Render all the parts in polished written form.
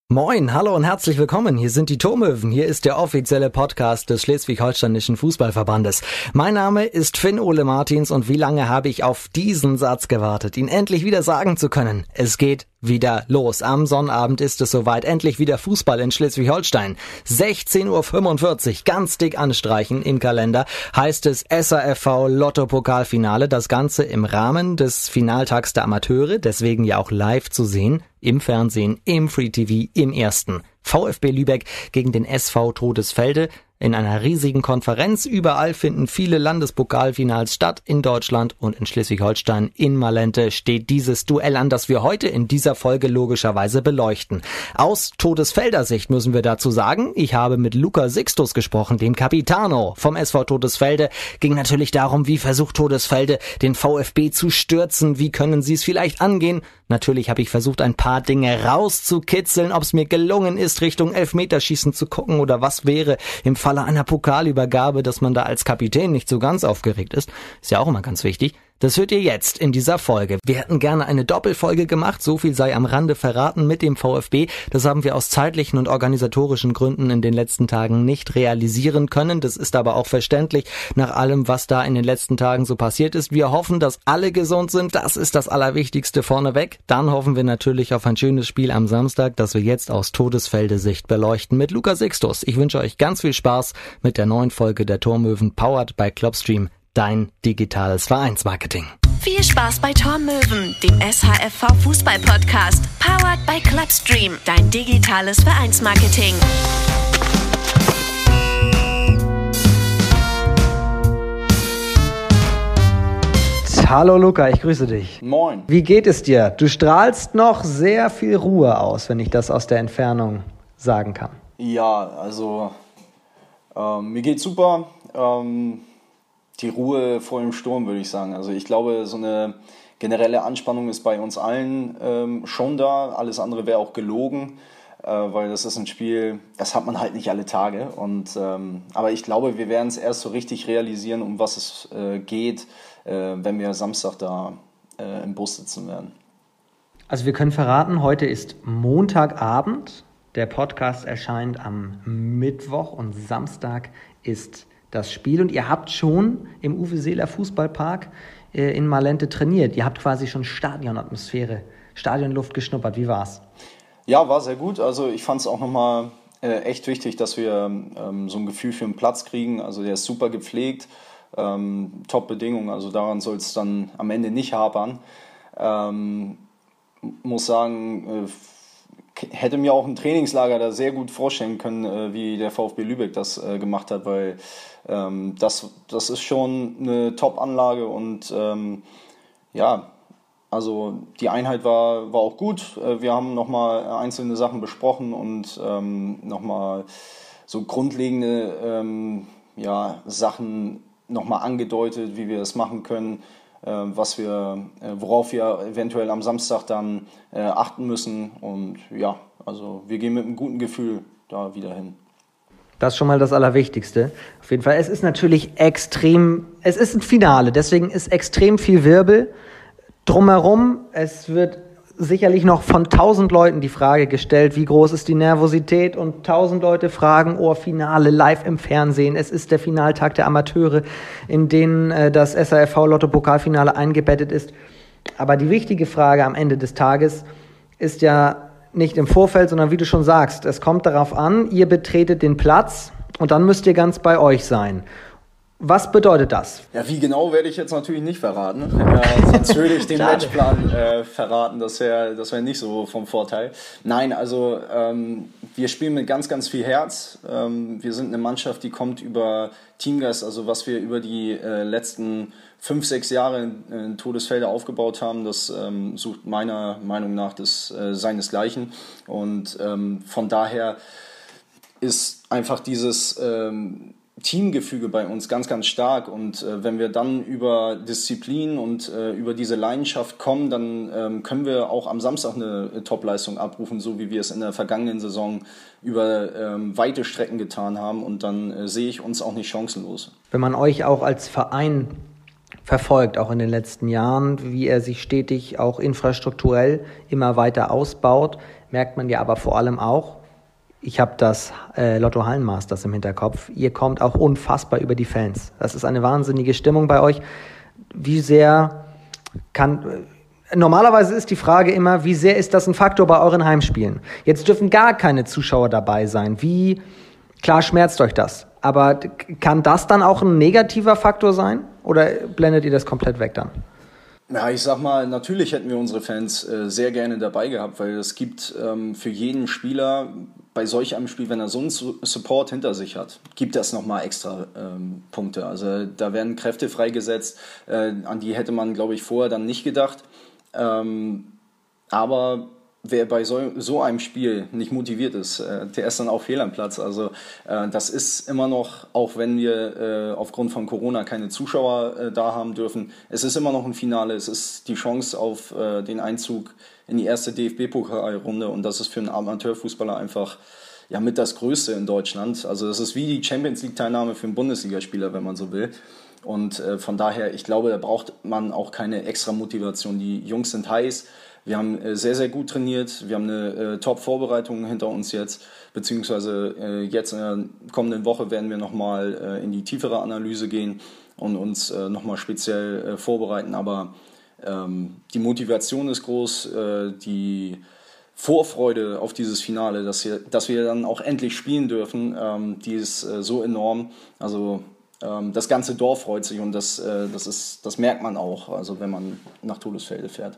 Moin, hallo und herzlich willkommen. Hier sind die Tormöwen. Hier ist der offizielle Podcast des Schleswig-Holsteinischen Fußballverbandes. Mein Name ist Finn Ole Martins und wie lange habe ich auf diesen Satz gewartet, ihn endlich wieder sagen zu können. Es geht wieder los. Am Sonnabend ist es soweit. Endlich wieder Fußball in Schleswig-Holstein. 16:45 Uhr, ganz dick anstreichen im Kalender, heißt es SAFV Lotto-Pokalfinale. Das Ganze im Rahmen des Finaltags der Amateure, deswegen ja auch live zu sehen. Im Fernsehen, im Free TV, im Ersten. VfB Lübeck gegen den SV Todesfelde. In einer riesigen Konferenz. Überall finden viele Landespokalfinals statt in Deutschland und in Schleswig-Holstein. In Malente steht dieses Duell an, das wir heute in dieser Folge logischerweise beleuchten. Aus Todesfelder Sicht müssen wir dazu sagen, ich habe mit Luca Sixtus gesprochen, dem Capitano vom SV Todesfelde. Ging natürlich darum, wie versucht Todesfelde den VfB zu stürzen, wie können sie es vielleicht angehen. Natürlich habe ich versucht, ein paar Dinge rauszukitzeln, ob es mir gelungen ist, Richtung Elfmeterschießen zu gucken oder was wäre im Falle einer Pokalübergabe, dass man da als Kapitän nicht so ganz aufgeregt ist. Ist ja auch immer ganz wichtig. Das hört ihr jetzt in dieser Folge. Wir hätten gerne eine Doppelfolge gemacht, so viel sei am Rande verraten mit dem VfB. Das haben wir aus zeitlichen und organisatorischen Gründen in den letzten Tagen nicht realisieren können. Das ist aber auch verständlich nach allem, was da in den letzten Tagen so passiert ist. Wir hoffen, dass alle gesund sind. Das ist das Allerwichtigste vorneweg. Dann hoffen wir natürlich auf ein schönes Spiel am Samstag, das wir jetzt aus Todesfelde-Sicht beleuchten mit Luca Sixtus. Ich wünsche euch ganz viel Spaß mit der neuen Folge der Tormöwen, powered by Clubstream. Dein digitales Vereinsmarketing. Viel Spaß bei Tormöwen, dem SHFV Fußball-Podcast. Powered by Clubstream, dein digitales Vereinsmarketing. Hallo Luca, ich grüße dich. Moin. Wie geht es dir? Du strahlst noch sehr viel Ruhe aus, wenn ich das aus der Entfernung sagen kann. Ja, also mir geht's super. Die Ruhe vor dem Sturm, würde ich sagen. Also ich glaube, so eine generelle Anspannung ist bei uns allen schon da. Alles andere wäre auch gelogen, weil das ist ein Spiel, das hat man halt nicht alle Tage. Aber ich glaube, wir werden es erst so richtig realisieren, um was es geht, wenn wir Samstag da im Bus sitzen werden. Also wir können verraten, heute ist Montagabend. Der Podcast erscheint am Mittwoch und Samstag ist das Spiel. Und ihr habt schon im Uwe Seeler Fußballpark in Malente trainiert. Ihr habt quasi schon Stadionatmosphäre, Stadionluft geschnuppert. Wie war's? Ja, war sehr gut. Also ich fand es auch nochmal echt wichtig, dass wir so ein Gefühl für den Platz kriegen. Also der ist super gepflegt, Top-Bedingungen. Also daran soll es dann am Ende nicht hapern. Muss sagen, hätte mir auch ein Trainingslager da sehr gut vorstellen können, wie der VfB Lübeck das gemacht hat, weil das ist schon eine Top-Anlage und also die Einheit war auch gut. Wir haben nochmal einzelne Sachen besprochen und nochmal so grundlegende Sachen nochmal angedeutet, wie wir es machen können, worauf wir eventuell am Samstag dann achten müssen. Und ja, also wir gehen mit einem guten Gefühl da wieder hin. Das ist schon mal das Allerwichtigste. Auf jeden Fall, es ist natürlich es ist ein Finale, deswegen ist extrem viel Wirbel drumherum. Es wird sicherlich noch von 1000 Leuten die Frage gestellt, wie groß ist die Nervosität, und 1000 Leute fragen, Finale live im Fernsehen. Es ist der Finaltag der Amateure, in den das SAFV Lotto-Pokalfinale eingebettet ist. Aber die wichtige Frage am Ende des Tages ist ja nicht im Vorfeld, sondern wie du schon sagst, es kommt darauf an, ihr betretet den Platz und dann müsst ihr ganz bei euch sein. Was bedeutet das? Ja, wie genau werde ich jetzt natürlich nicht verraten. Sonst würde ich den Matchplan verraten, das wär nicht so vom Vorteil. Nein, also wir spielen mit ganz, ganz viel Herz. Wir sind eine Mannschaft, die kommt über Teamgeist, also was wir über die letzten 5-6 Jahre in Todesfelde aufgebaut haben, das sucht meiner Meinung nach seinesgleichen. Und von daher ist einfach dieses Teamgefüge bei uns ganz, ganz stark, und wenn wir dann über Disziplin und über diese Leidenschaft kommen, dann können wir auch am Samstag eine Topleistung abrufen, so wie wir es in der vergangenen Saison über weite Strecken getan haben, und dann sehe ich uns auch nicht chancenlos. Wenn man euch auch als Verein verfolgt, auch in den letzten Jahren, wie er sich stetig auch infrastrukturell immer weiter ausbaut, merkt man ja aber vor allem auch, ich habe das Lotto Hallen Masters im Hinterkopf, ihr kommt auch unfassbar über die Fans. Das ist eine wahnsinnige Stimmung bei euch. Wie sehr normalerweise ist die Frage immer, wie sehr ist das ein Faktor bei euren Heimspielen? Jetzt dürfen gar keine Zuschauer dabei sein. Wie klar schmerzt euch das? Aber kann das dann auch ein negativer Faktor sein? Oder blendet ihr das komplett weg dann? Ja, ich sag mal, natürlich hätten wir unsere Fans sehr gerne dabei gehabt, weil es gibt für jeden Spieler bei solch einem Spiel, wenn er so einen Support hinter sich hat, gibt das nochmal extra Punkte. Also da werden Kräfte freigesetzt, an die hätte man, glaube ich, vorher dann nicht gedacht. Aber wer bei so einem Spiel nicht motiviert ist, der ist dann auch fehl am Platz. Also das ist immer noch, auch wenn wir aufgrund von Corona keine Zuschauer da haben dürfen, es ist immer noch ein Finale, es ist die Chance auf den Einzug in die erste DFB-Pokalrunde und das ist für einen Amateurfußballer einfach mit das Größte in Deutschland. Also das ist wie die Champions-League-Teilnahme für einen Bundesligaspieler, wenn man so will. Und von daher, ich glaube, da braucht man auch keine extra Motivation. Die Jungs sind heiß. Wir haben sehr, sehr gut trainiert. Wir haben eine Top-Vorbereitung hinter uns jetzt. Beziehungsweise jetzt in der kommenden Woche werden wir nochmal in die tiefere Analyse gehen und uns nochmal speziell vorbereiten. Aber die Motivation ist groß. Die Vorfreude auf dieses Finale, dass wir dann auch endlich spielen dürfen, die ist so enorm. Also das ganze Dorf freut sich und das merkt man auch, also wenn man nach Todesfelde fährt.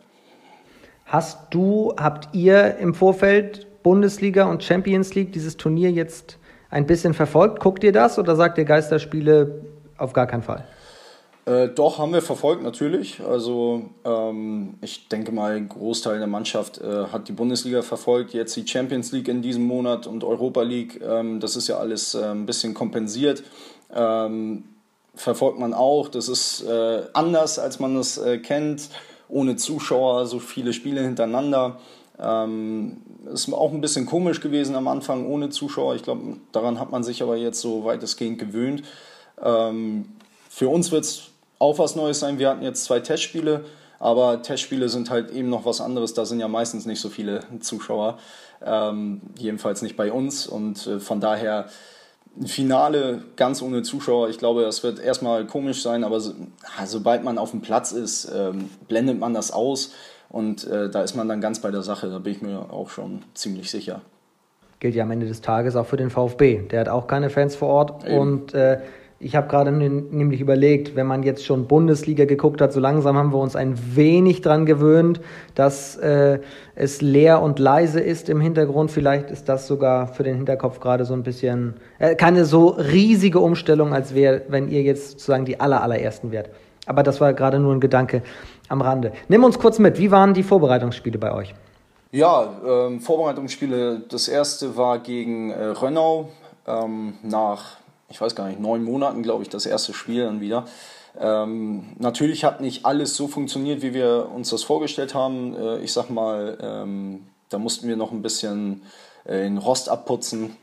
Habt ihr im Vorfeld Bundesliga und Champions League dieses Turnier jetzt ein bisschen verfolgt? Guckt ihr das oder sagt ihr Geisterspiele auf gar keinen Fall? Doch, haben wir verfolgt, natürlich. Also ich denke mal, ein Großteil der Mannschaft hat die Bundesliga verfolgt, jetzt die Champions League in diesem Monat und Europa League. Das ist ja alles ein bisschen kompensiert. Verfolgt man auch. Das ist anders, als man das kennt. Ohne Zuschauer, so viele Spiele hintereinander. Ist auch ein bisschen komisch gewesen am Anfang ohne Zuschauer. Ich glaube, daran hat man sich aber jetzt so weitestgehend gewöhnt. Für uns wird es auch was Neues sein. Wir hatten jetzt 2 Testspiele, aber Testspiele sind halt eben noch was anderes. Da sind ja meistens nicht so viele Zuschauer, jedenfalls nicht bei uns. Und von daher ein Finale ganz ohne Zuschauer. Ich glaube, das wird erstmal komisch sein, aber sobald man auf dem Platz ist, blendet man das aus und da ist man dann ganz bei der Sache. Da bin ich mir auch schon ziemlich sicher. Gilt ja am Ende des Tages auch für den VfB. Der hat auch keine Fans vor Ort. Eben. Und ich habe gerade nämlich überlegt, wenn man jetzt schon Bundesliga geguckt hat, so langsam haben wir uns ein wenig dran gewöhnt, dass es leer und leise ist im Hintergrund. Vielleicht ist das sogar für den Hinterkopf gerade so ein bisschen keine so riesige Umstellung, als wenn ihr jetzt sozusagen die allerersten wärt. Aber das war gerade nur ein Gedanke am Rande. Nimm uns kurz mit, wie waren die Vorbereitungsspiele bei euch? Ja, Vorbereitungsspiele, das erste war gegen Rönnau nach, ich weiß gar nicht, 9 Monaten, glaube ich, das erste Spiel dann wieder. Natürlich hat nicht alles so funktioniert, wie wir uns das vorgestellt haben. Ich sag mal, da mussten wir noch ein bisschen den Rost abputzen.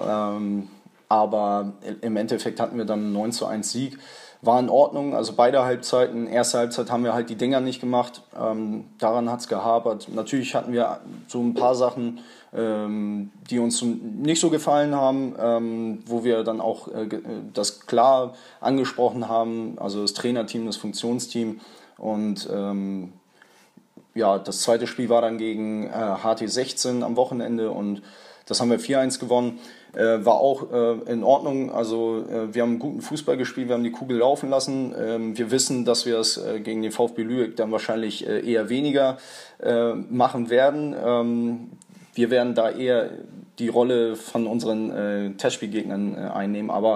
Aber im Endeffekt hatten wir dann einen 9:1 Sieg. War in Ordnung, also beide Halbzeiten. Erste Halbzeit haben wir halt die Dinger nicht gemacht. Daran hat es gehapert. Natürlich hatten wir so ein paar Sachen, die uns nicht so gefallen haben, wo wir dann auch das klar angesprochen haben, also das Trainerteam, das Funktionsteam. Und das zweite Spiel war dann gegen HT16 am Wochenende und das haben wir 4:1 gewonnen. War auch in Ordnung, also wir haben guten Fußball gespielt, wir haben die Kugel laufen lassen. Wir wissen, dass wir es gegen den VfB Lübeck dann wahrscheinlich eher weniger machen werden. Wir werden da eher die Rolle von unseren Testspielgegnern einnehmen, aber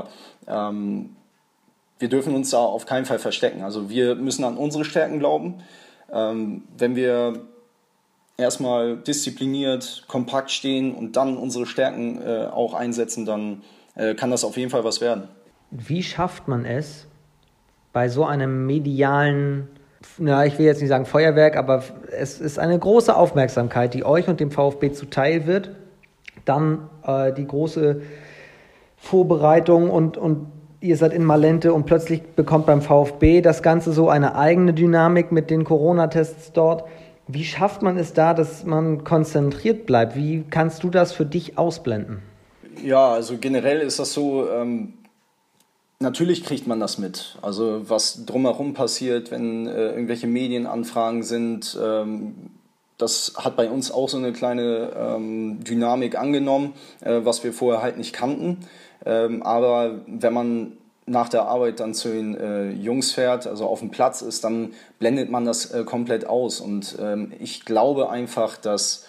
wir dürfen uns da auf keinen Fall verstecken. Also wir müssen an unsere Stärken glauben. Wenn wir erstmal diszipliniert, kompakt stehen und dann unsere Stärken auch einsetzen, dann kann das auf jeden Fall was werden. Wie schafft man es, bei so einem medialen, ich will jetzt nicht sagen Feuerwerk, aber es ist eine große Aufmerksamkeit, die euch und dem VfB zuteil wird, dann die große Vorbereitung und ihr seid in Malente und plötzlich bekommt beim VfB das Ganze so eine eigene Dynamik mit den Corona-Tests dort. Wie schafft man es da, dass man konzentriert bleibt? Wie kannst du das für dich ausblenden? Ja, also generell ist das so, natürlich kriegt man das mit. Also was drumherum passiert, wenn irgendwelche Medienanfragen sind, das hat bei uns auch so eine kleine Dynamik angenommen, was wir vorher halt nicht kannten. Aber wenn man nach der Arbeit dann zu den Jungs fährt, also auf dem Platz ist, dann blendet man das komplett aus. Und ich glaube einfach, dass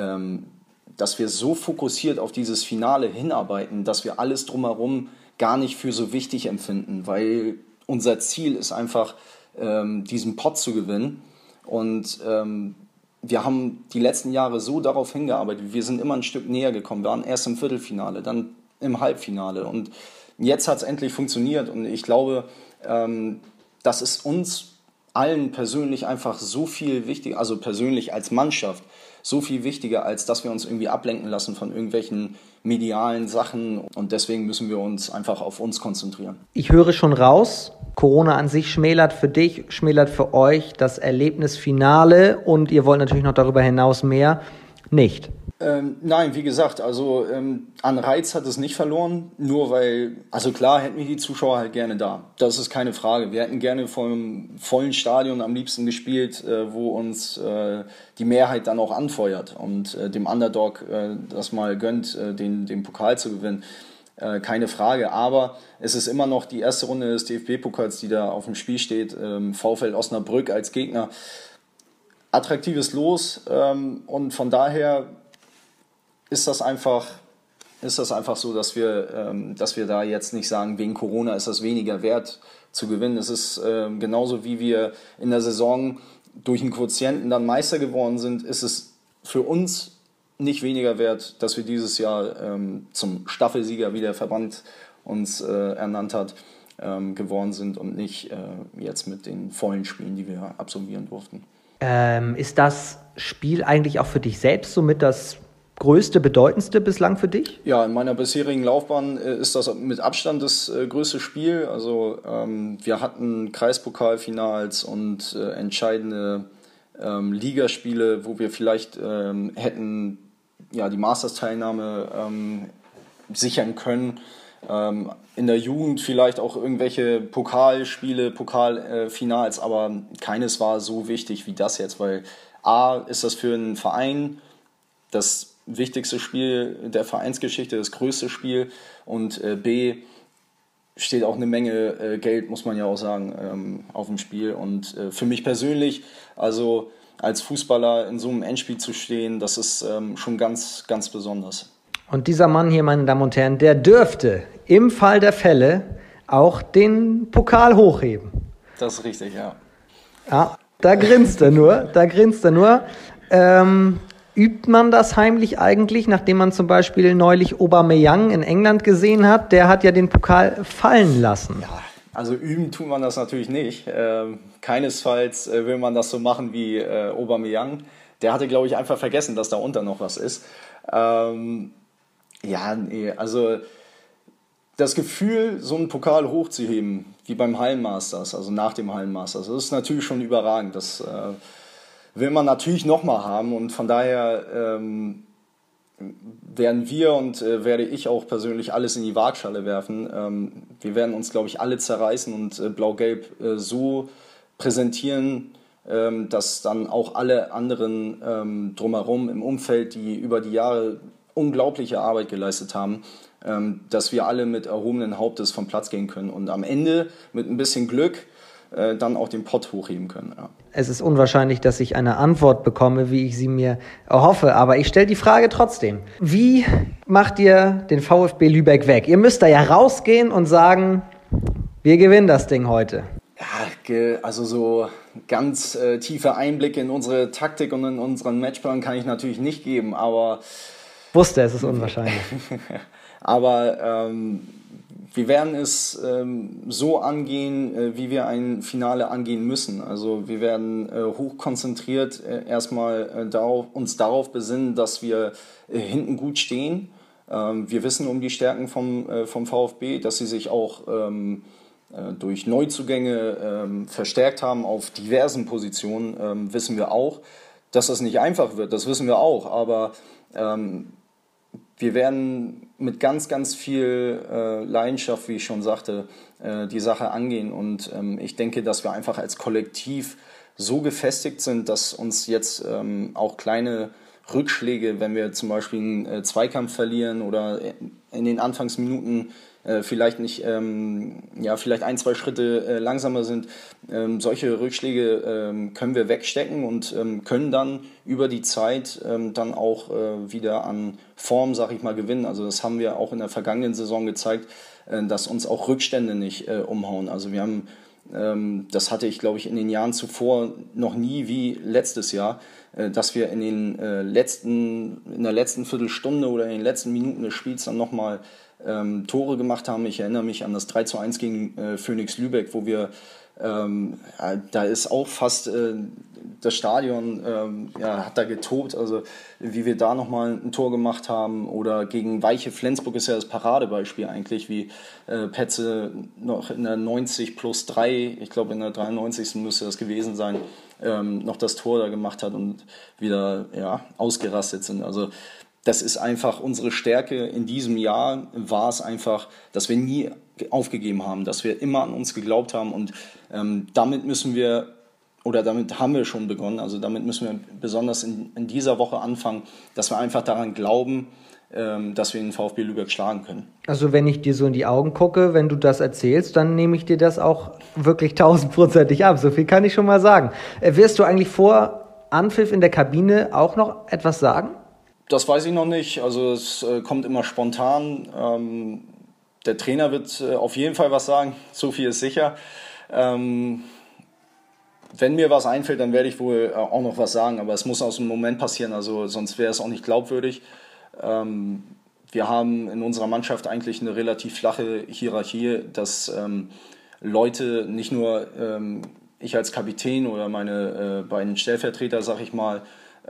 wir so fokussiert auf dieses Finale hinarbeiten, dass wir alles drumherum gar nicht für so wichtig empfinden, weil unser Ziel ist einfach, diesen Pot zu gewinnen. Und wir haben die letzten Jahre so darauf hingearbeitet, wir sind immer ein Stück näher gekommen. Wir waren erst im Viertelfinale, dann im Halbfinale und jetzt hat es endlich funktioniert und ich glaube, dass es uns allen persönlich einfach so viel wichtiger, also persönlich als Mannschaft, so viel wichtiger, als dass wir uns irgendwie ablenken lassen von irgendwelchen medialen Sachen und deswegen müssen wir uns einfach auf uns konzentrieren. Ich höre schon raus, Corona an sich schmälert für dich, schmälert für euch das Erlebnisfinale und ihr wollt natürlich noch darüber hinaus mehr nicht. Nein, wie gesagt, also an Reiz hat es nicht verloren, nur weil, also klar hätten wir die Zuschauer halt gerne da, das ist keine Frage. Wir hätten gerne vor einem vollen Stadion am liebsten gespielt, wo uns die Mehrheit dann auch anfeuert und dem Underdog das mal gönnt, den Pokal zu gewinnen. Keine Frage, aber es ist immer noch die erste Runde des DFB-Pokals, die da auf dem Spiel steht, VfL Osnabrück als Gegner. Attraktives Los und von daher ist das einfach so, dass wir da jetzt nicht sagen, wegen Corona ist das weniger wert zu gewinnen. Es ist genauso wie wir in der Saison durch einen Quotienten dann Meister geworden sind, ist es für uns nicht weniger wert, dass wir dieses Jahr zum Staffelsieger, wie der Verband uns ernannt hat, geworden sind und nicht jetzt mit den vollen Spielen, die wir absolvieren durften. Ist das Spiel eigentlich auch für dich selbst somit das größte, bedeutendste bislang für dich? Ja, in meiner bisherigen Laufbahn ist das mit Abstand das größte Spiel. Also wir hatten Kreispokalfinals und entscheidende Ligaspiele, wo wir vielleicht hätten die Masters-Teilnahme sichern können. In der Jugend vielleicht auch irgendwelche Pokalspiele, Pokalfinals, aber keines war so wichtig wie das jetzt, weil A, ist das für einen Verein das wichtigste Spiel der Vereinsgeschichte, das größte Spiel und B, steht auch eine Menge Geld, muss man ja auch sagen, auf dem Spiel und für mich persönlich, also als Fußballer in so einem Endspiel zu stehen, das ist schon ganz, ganz besonders. Und dieser Mann hier, meine Damen und Herren, der dürfte im Fall der Fälle auch den Pokal hochheben. Das ist richtig, ja. Ja, da grinst er nur, Übt man das heimlich eigentlich, nachdem man zum Beispiel neulich Aubameyang in England gesehen hat? Der hat ja den Pokal fallen lassen. Ja, also üben tut man das natürlich nicht. Keinesfalls will man das so machen wie Aubameyang. Der hatte, glaube ich, einfach vergessen, dass da unten noch was ist. Also das Gefühl, so einen Pokal hochzuheben, wie beim Hallenmasters, also nach dem Hallenmasters, das ist natürlich schon überragend. Das will man natürlich nochmal haben und von daher werden wir und werde ich auch persönlich alles in die Waagschale werfen. Wir werden uns, glaube ich, alle zerreißen und Blau-Gelb so präsentieren, dass dann auch alle anderen drumherum im Umfeld, die über die Jahre unglaubliche Arbeit geleistet haben, dass wir alle mit erhobenen Hauptes vom Platz gehen können und am Ende mit ein bisschen Glück dann auch den Pott hochheben können. Ja. Es ist unwahrscheinlich, dass ich eine Antwort bekomme, wie ich sie mir erhoffe, aber ich stelle die Frage trotzdem. Wie macht ihr den VfB Lübeck weg? Ihr müsst da ja rausgehen und sagen, wir gewinnen das Ding heute. Ja, also so ganz tiefe Einblicke in unsere Taktik und in unseren Matchplan kann ich natürlich nicht geben, aber wusste, es ist unwahrscheinlich. Aber wir werden es so angehen, wie wir ein Finale angehen müssen. Also wir werden hochkonzentriert erstmal uns darauf besinnen, dass wir hinten gut stehen. Wir wissen um die Stärken vom VfB, dass sie sich auch durch Neuzugänge verstärkt haben auf diversen Positionen, wissen wir auch. dass das nicht einfach wird, das wissen wir auch, aber wir werden mit ganz, ganz viel Leidenschaft, wie ich schon sagte, die Sache angehen. Und ich denke, dass wir einfach als Kollektiv so gefestigt sind, dass uns jetzt auch kleine Rückschläge, wenn wir zum Beispiel einen Zweikampf verlieren oder in den Anfangsminuten vielleicht nicht, vielleicht 1-2 Schritte langsamer sind. Solche Rückschläge können wir wegstecken und können dann über die Zeit dann auch wieder an Form, sag ich mal, gewinnen. Also das haben wir auch in der vergangenen Saison gezeigt, dass uns auch Rückstände nicht umhauen. Also wir haben, das hatte ich, glaube ich, in den Jahren zuvor noch nie wie letztes Jahr, dass wir in der letzten Viertelstunde oder in den letzten Minuten des Spiels dann nochmal Tore gemacht haben. Ich erinnere mich an das 3:1 gegen Phoenix Lübeck, wo wir, da ist auch fast das Stadion hat da getobt, also wie wir da nochmal ein Tor gemacht haben, oder gegen Weiche Flensburg ist ja das Paradebeispiel eigentlich, wie Petze noch in der 90+3, ich glaube in der 93. müsste das gewesen sein, noch das Tor da gemacht hat und wieder ausgerastet sind. Also das ist einfach unsere Stärke in diesem Jahr, war es einfach, dass wir nie aufgegeben haben, dass wir immer an uns geglaubt haben, und damit haben wir schon begonnen, also damit müssen wir besonders in dieser Woche anfangen, dass wir einfach daran glauben, dass wir den VfB Lübeck schlagen können. Also wenn ich dir so in die Augen gucke, wenn du das erzählst, dann nehme ich dir das auch wirklich 1000%ig ab, so viel kann ich schon mal sagen. Wirst du eigentlich vor Anpfiff in der Kabine auch noch etwas sagen? Das weiß ich noch nicht, also es kommt immer spontan. Der Trainer wird auf jeden Fall was sagen, so viel ist sicher. Wenn mir was einfällt, dann werde ich wohl auch noch was sagen, aber es muss aus dem Moment passieren, also sonst wäre es auch nicht glaubwürdig. Wir haben in unserer Mannschaft eigentlich eine relativ flache Hierarchie, dass Leute, nicht nur ich als Kapitän oder meine beiden Stellvertreter, sag ich mal,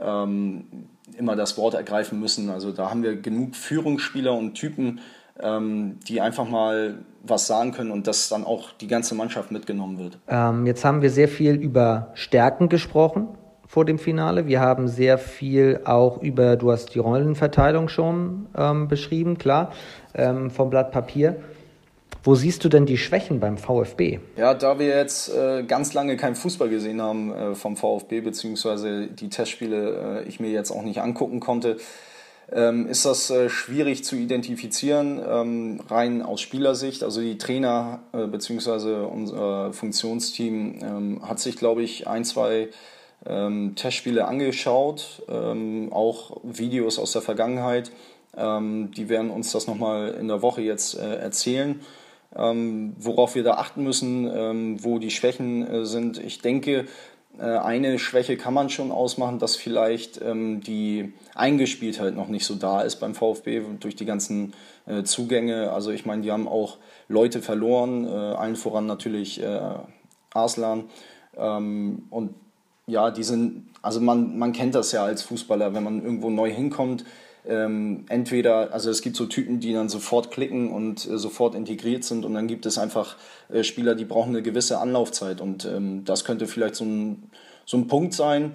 immer das Wort ergreifen müssen. Also da haben wir genug Führungsspieler und Typen, die einfach mal was sagen können und dass dann auch die ganze Mannschaft mitgenommen wird. Jetzt haben wir sehr viel über Stärken gesprochen vor dem Finale. Wir haben sehr viel auch du hast die Rollenverteilung schon beschrieben, klar, vom Blatt Papier. Wo siehst du denn die Schwächen beim VfB? Ja, da wir jetzt ganz lange keinen Fußball gesehen haben vom VfB, beziehungsweise die Testspiele ich mir jetzt auch nicht angucken konnte, ist das schwierig zu identifizieren, rein aus Spielersicht. Also die Trainer beziehungsweise unser Funktionsteam hat sich, glaube ich, 1-2 Testspiele angeschaut, auch Videos aus der Vergangenheit. Die werden uns das nochmal in der Woche jetzt erzählen. Worauf wir da achten müssen, wo die Schwächen sind. Ich denke, eine Schwäche kann man schon ausmachen, dass vielleicht die Eingespieltheit noch nicht so da ist beim VfB durch die ganzen Zugänge. Also ich meine, die haben auch Leute verloren, allen voran natürlich Arslan. Und ja, die sind, also man kennt das ja als Fußballer, wenn man irgendwo neu hinkommt, entweder, also es gibt so Typen, die dann sofort klicken und sofort integriert sind, und dann gibt es einfach Spieler, die brauchen eine gewisse Anlaufzeit, und das könnte vielleicht so ein Punkt sein,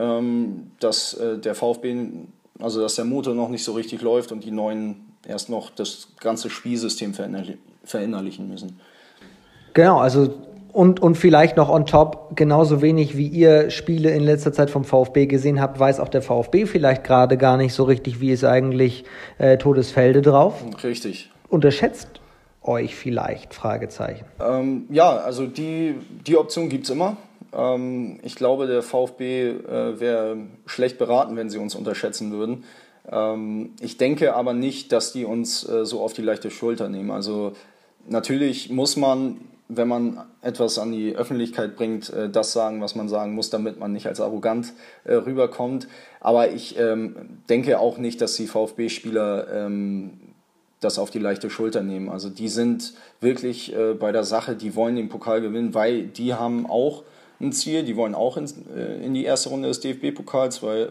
dass der VfB, also dass der Motor noch nicht so richtig läuft und die Neuen erst noch das ganze Spielsystem verinnerlichen müssen. Genau, also und vielleicht noch on top, genauso wenig wie ihr Spiele in letzter Zeit vom VfB gesehen habt, weiß auch der VfB vielleicht gerade gar nicht so richtig, wie ist eigentlich Todesfelde drauf. Richtig. Unterschätzt euch vielleicht? Fragezeichen. Ja, also die Option gibt es immer. Ich glaube, der VfB wäre schlecht beraten, wenn sie uns unterschätzen würden. Ich denke aber nicht, dass die uns so auf die leichte Schulter nehmen. Also natürlich muss man, wenn man etwas an die Öffentlichkeit bringt, das sagen, was man sagen muss, damit man nicht als arrogant rüberkommt. Aber ich denke auch nicht, dass die VfB-Spieler das auf die leichte Schulter nehmen. Also die sind wirklich bei der Sache, die wollen den Pokal gewinnen, weil die haben auch ein Ziel, die wollen auch in die erste Runde des DFB-Pokals, weil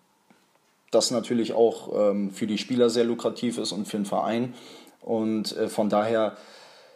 das natürlich auch für die Spieler sehr lukrativ ist und für den Verein. Und von daher,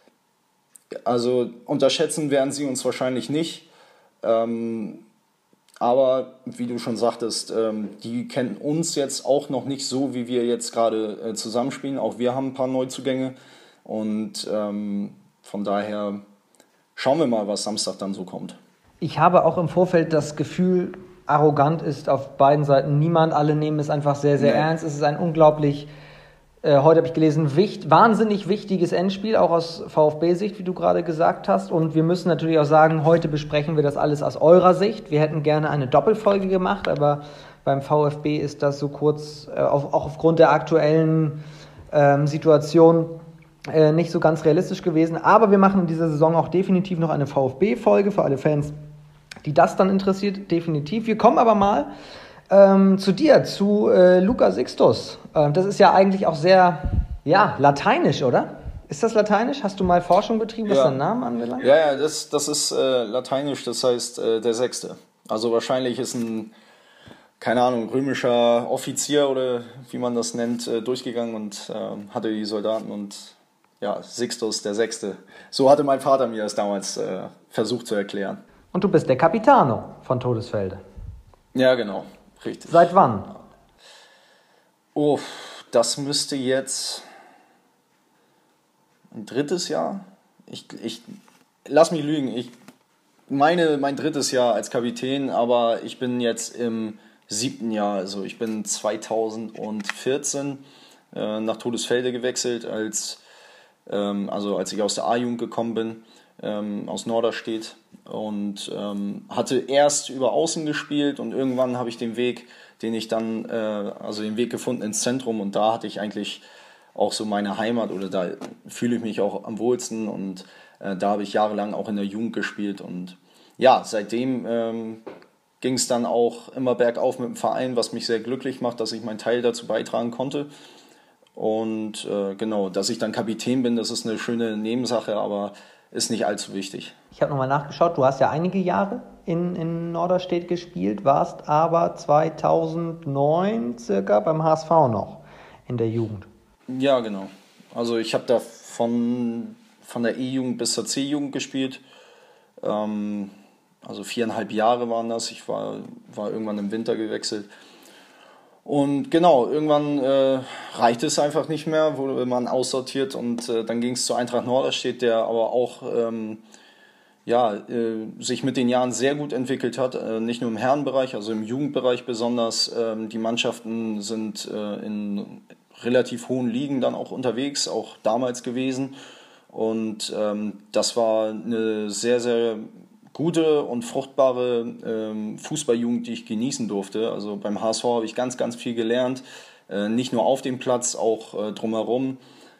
also unterschätzen werden sie uns wahrscheinlich nicht. Aber wie du schon sagtest, die kennen uns jetzt auch noch nicht so, wie wir jetzt gerade zusammenspielen. Auch wir haben ein paar Neuzugänge und von daher schauen wir mal, was Samstag dann so kommt. Ich habe auch im Vorfeld das Gefühl, arrogant ist auf beiden Seiten niemand. Alle nehmen es einfach sehr, sehr ernst. Es ist ein unglaublich, heute habe ich gelesen, wahnsinnig wichtiges Endspiel, auch aus VfB-Sicht, wie du gerade gesagt hast. Und wir müssen natürlich auch sagen, heute besprechen wir das alles aus eurer Sicht. Wir hätten gerne eine Doppelfolge gemacht, aber beim VfB ist das so kurz, auch aufgrund der aktuellen Situation, nicht so ganz realistisch gewesen. Aber wir machen in dieser Saison auch definitiv noch eine VfB-Folge für alle Fans, die das dann interessiert, definitiv. Wir kommen aber mal zu dir, zu Luca Sixtus. Das ist ja eigentlich auch sehr, lateinisch, oder? Ist das lateinisch? Hast du mal Forschung betrieben, was deinen Namen anbelangt? Ja, das ist lateinisch, das heißt der Sechste. Also wahrscheinlich ist ein, keine Ahnung, römischer Offizier oder wie man das nennt, durchgegangen und hatte die Soldaten und Sixtus der Sechste. So hatte mein Vater mir das damals versucht zu erklären. Und du bist der Capitano von Todesfelde. Ja, genau. Richtig. Seit wann? Oh, das müsste jetzt ein 3. Jahr. Ich lass mich lügen. Ich meine mein 3. Jahr als Kapitän, aber ich bin jetzt im 7. Jahr. Also ich bin 2014 nach Todesfelde gewechselt, als ich aus der A-Jugend gekommen bin, aus Norderstedt. Und hatte erst über Außen gespielt und irgendwann habe ich den Weg gefunden ins Zentrum und da hatte ich eigentlich auch so meine Heimat oder da fühle ich mich auch am wohlsten und da habe ich jahrelang auch in der Jugend gespielt und seitdem ging es dann auch immer bergauf mit dem Verein, was mich sehr glücklich macht, dass ich meinen Teil dazu beitragen konnte. Und dass ich dann Kapitän bin, das ist eine schöne Nebensache, aber ist nicht allzu wichtig. Ich habe nochmal nachgeschaut, du hast ja einige Jahre in Norderstedt gespielt, warst aber 2009 circa beim HSV noch in der Jugend. Ja, genau. Also ich habe da von der E-Jugend bis zur C-Jugend gespielt. Also 4,5 Jahre waren das. Ich war irgendwann im Winter gewechselt. Und genau, irgendwann reichte es einfach nicht mehr, wurde man aussortiert und dann ging es zu Eintracht Norderstedt, der aber auch sich mit den Jahren sehr gut entwickelt hat, nicht nur im Herrenbereich, also im Jugendbereich besonders. Die Mannschaften sind in relativ hohen Ligen dann auch unterwegs, auch damals gewesen und das war eine sehr, sehr gute und fruchtbare Fußballjugend, die ich genießen durfte. Also beim HSV habe ich ganz, ganz viel gelernt, nicht nur auf dem Platz, auch drumherum.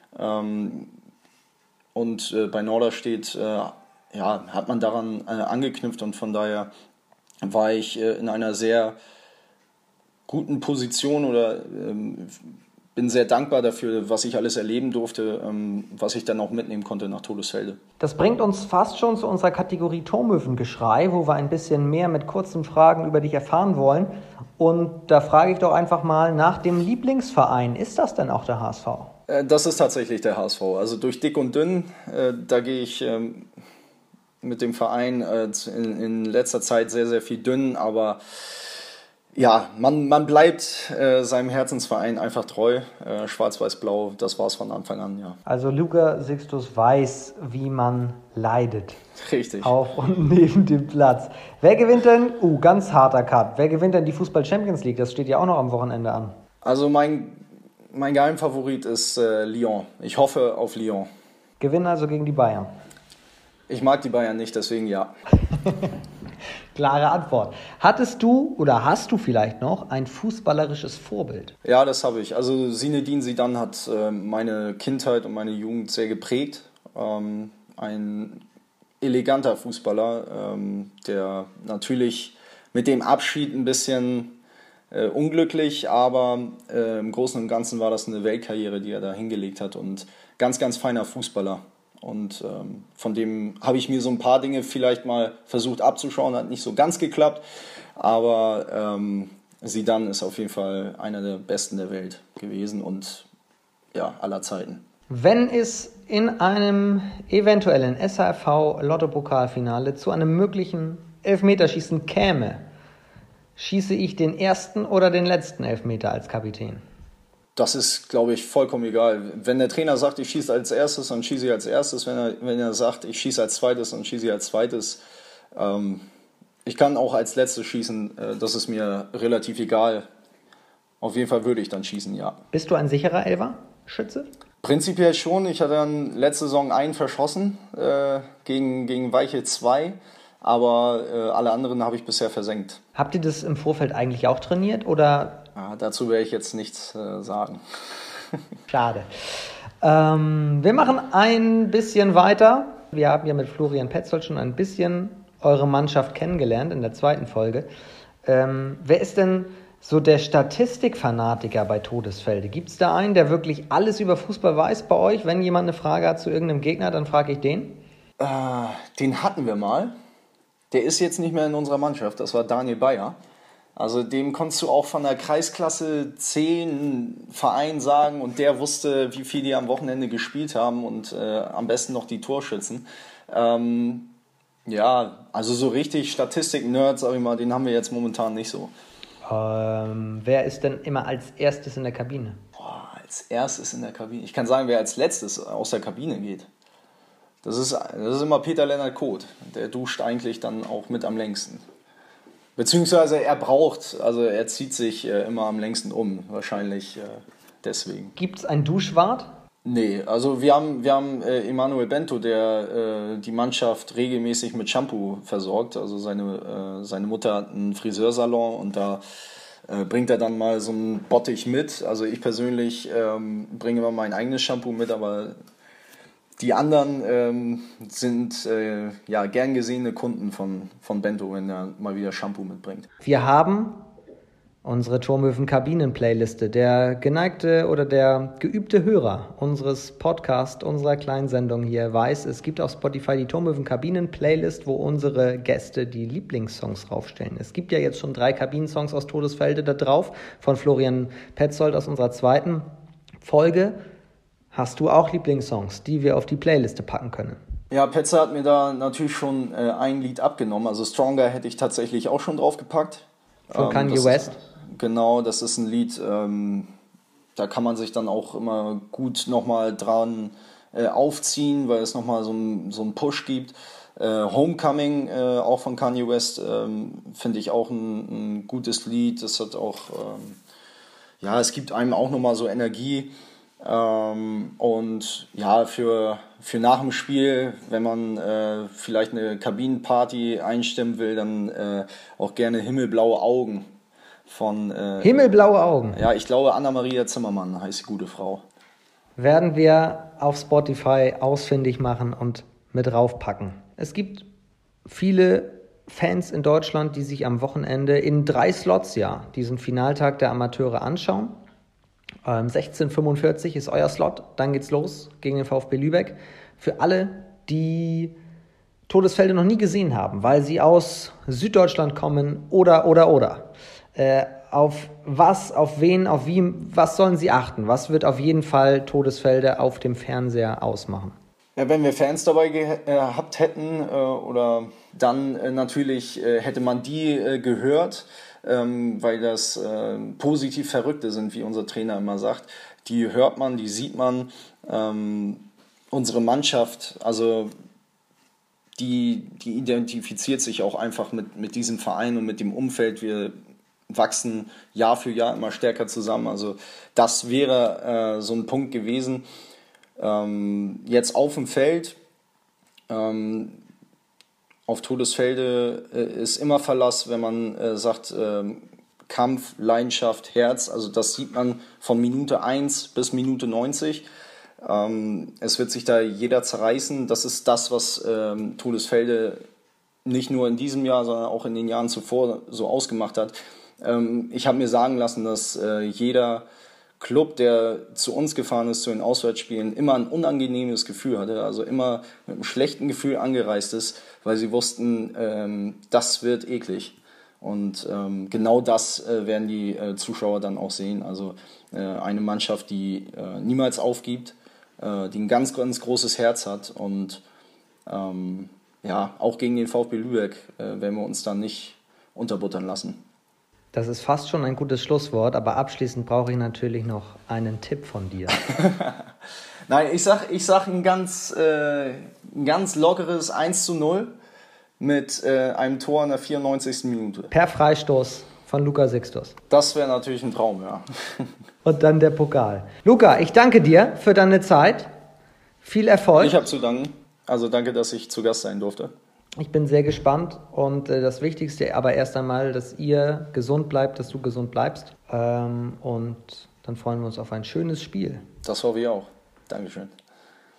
Und bei Norderstedt hat man daran angeknüpft und von daher war ich in einer sehr guten Position oder bin sehr dankbar dafür, was ich alles erleben durfte, was ich dann auch mitnehmen konnte nach Todesfelde. Das bringt uns fast schon zu unserer Kategorie Tormöwengeschrei, wo wir ein bisschen mehr mit kurzen Fragen über dich erfahren wollen. Und da frage ich doch einfach mal nach dem Lieblingsverein. Ist das denn auch der HSV? Das ist tatsächlich der HSV. Also durch dick und dünn, da gehe ich mit dem Verein in letzter Zeit sehr, sehr viel dünn, aber ja, man bleibt seinem Herzensverein einfach treu. Schwarz-Weiß-Blau, das war es von Anfang an, ja. Also Luca Sixtus weiß, wie man leidet. Richtig. Auf und neben dem Platz. Wer gewinnt denn, ganz harter Cut, wer gewinnt denn die Fußball-Champions League? Das steht ja auch noch am Wochenende an. Also mein Geheimfavorit ist Lyon. Ich hoffe auf Lyon. Gewinnen also gegen die Bayern? Ich mag die Bayern nicht, deswegen ja. Klare Antwort. Hattest du oder hast du vielleicht noch ein fußballerisches Vorbild? Ja, das habe ich. Also Zinedine Zidane hat meine Kindheit und meine Jugend sehr geprägt. Ein eleganter Fußballer, der natürlich mit dem Abschied ein bisschen unglücklich, aber im Großen und Ganzen war das eine Weltkarriere, die er da hingelegt hat und ganz, ganz feiner Fußballer. Und von dem habe ich mir so ein paar Dinge vielleicht mal versucht abzuschauen, hat nicht so ganz geklappt, aber Zidane ist auf jeden Fall einer der Besten der Welt gewesen und ja, aller Zeiten. Wenn es in einem eventuellen SHFV-Lotto-Pokalfinale zu einem möglichen Elfmeterschießen käme, schieße ich den ersten oder den letzten Elfmeter als Kapitän? Das ist, glaube ich, vollkommen egal. Wenn der Trainer sagt, ich schieße als erstes, dann schieße ich als erstes. Wenn er sagt, ich schieße als zweites, dann schieße ich als zweites. Ich kann auch als letztes schießen. Das ist mir relativ egal. Auf jeden Fall würde ich dann schießen, ja. Bist du ein sicherer Elfer-Schütze? Prinzipiell schon. Ich hatte dann letzte Saison einen verschossen, gegen Weiche 2. Aber alle anderen habe ich bisher versenkt. Habt ihr das im Vorfeld eigentlich auch trainiert, oder? Ja, dazu werde ich jetzt nichts sagen. Schade. Wir machen ein bisschen weiter. Wir haben ja mit Florian Petzold schon ein bisschen eure Mannschaft kennengelernt in der zweiten Folge. Wer ist denn so der Statistikfanatiker bei Todesfelde? Gibt es da einen, der wirklich alles über Fußball weiß bei euch? Wenn jemand eine Frage hat zu irgendeinem Gegner, dann frage ich den. Den hatten wir mal. Der ist jetzt nicht mehr in unserer Mannschaft. Das war Daniel Bayer. Also dem konntest du auch von der Kreisklasse 10 Verein sagen und der wusste, wie viel die am Wochenende gespielt haben und am besten noch die Torschützen. Ja, also so richtig Statistik-Nerds, sag ich mal, den haben wir jetzt momentan nicht so. Wer ist denn immer als erstes in der Kabine? Als erstes in der Kabine? Ich kann sagen, wer als letztes aus der Kabine geht. Das ist immer Peter Lennart Koth. Der duscht eigentlich dann auch mit am längsten. Beziehungsweise er zieht sich immer am längsten um. Wahrscheinlich deswegen. Gibt es einen Duschwart? Nee, also wir haben Emanuel Bento, der die Mannschaft regelmäßig mit Shampoo versorgt. Also seine Mutter hat einen Friseursalon und da bringt er dann mal so einen Bottich mit. Also ich persönlich bringe immer mein eigenes Shampoo mit, aber die anderen sind gern gesehene Kunden von Bento, wenn er mal wieder Shampoo mitbringt. Wir haben unsere Turmöwen-Kabinen-Playliste. Der geneigte oder der geübte Hörer unseres Podcasts, unserer kleinen Sendung hier weiß, es gibt auf Spotify die Turmöwen-Kabinen-Playlist, wo unsere Gäste die Lieblingssongs raufstellen. Es gibt ja jetzt schon 3 Kabinensongs aus Todesfelde da drauf, von Florian Petzold aus unserer zweiten Folge. Hast du auch Lieblingssongs, die wir auf die Playliste packen können? Ja, Petzer hat mir da natürlich schon ein Lied abgenommen. Also Stronger hätte ich tatsächlich auch schon draufgepackt. Von Kanye West? Genau, das ist ein Lied, da kann man sich dann auch immer gut nochmal dran aufziehen, weil es nochmal so einen Push gibt. Homecoming, auch von Kanye West, finde ich auch ein gutes Lied. Das hat auch, es gibt einem auch nochmal so Energie. Und ja, für nach dem Spiel, wenn man vielleicht eine Kabinenparty einstimmen will, dann auch gerne Himmelblaue Augen von Himmelblaue Augen? Ja, ich glaube Anna-Maria Zimmermann heißt die gute Frau. Werden wir auf Spotify ausfindig machen und mit raufpacken. Es gibt viele Fans in Deutschland, die sich am Wochenende in 3 Slots diesen Finaltag der Amateure anschauen. 16:45 ist euer Slot, dann geht's los gegen den VfB Lübeck. Für alle, die Todesfelde noch nie gesehen haben, weil sie aus Süddeutschland kommen oder. Auf was, auf wen, auf wie, was sollen sie achten? Was wird auf jeden Fall Todesfelde auf dem Fernseher ausmachen? Ja, wenn wir Fans dabei gehabt hätten, oder dann natürlich hätte man die gehört, weil das positiv Verrückte sind, wie unser Trainer immer sagt. Die hört man, die sieht man. Unsere Mannschaft, also die identifiziert sich auch einfach mit diesem Verein und mit dem Umfeld. Wir wachsen Jahr für Jahr immer stärker zusammen. Also das wäre so ein Punkt gewesen. Jetzt auf dem Feld, auf Todesfelde ist immer Verlass, wenn man sagt Kampf, Leidenschaft, Herz. Also das sieht man von Minute 1 bis Minute 90. Es wird sich da jeder zerreißen. Das ist das, was Todesfelde nicht nur in diesem Jahr, sondern auch in den Jahren zuvor so ausgemacht hat. Ich habe mir sagen lassen, dass jeder Club, der zu uns gefahren ist, zu den Auswärtsspielen, immer ein unangenehmes Gefühl hatte, also immer mit einem schlechten Gefühl angereist ist, weil sie wussten, das wird eklig. Und genau das werden die Zuschauer dann auch sehen. Also eine Mannschaft, die niemals aufgibt, die ein ganz, ganz großes Herz hat und auch gegen den VfB Lübeck werden wir uns dann nicht unterbuttern lassen. Das ist fast schon ein gutes Schlusswort, aber abschließend brauche ich natürlich noch einen Tipp von dir. Nein, ich sag ein ganz lockeres 1:0 mit einem Tor in der 94. Minute. Per Freistoß von Luka Sixtus. Das wäre natürlich ein Traum, ja. Und dann der Pokal. Luka, ich danke dir für deine Zeit. Viel Erfolg. Ich habe zu danken. Also danke, dass ich zu Gast sein durfte. Ich bin sehr gespannt und das Wichtigste aber erst einmal, dass ihr gesund bleibt, dass du gesund bleibst. Und dann freuen wir uns auf ein schönes Spiel. Das hoffe ich auch. Dankeschön.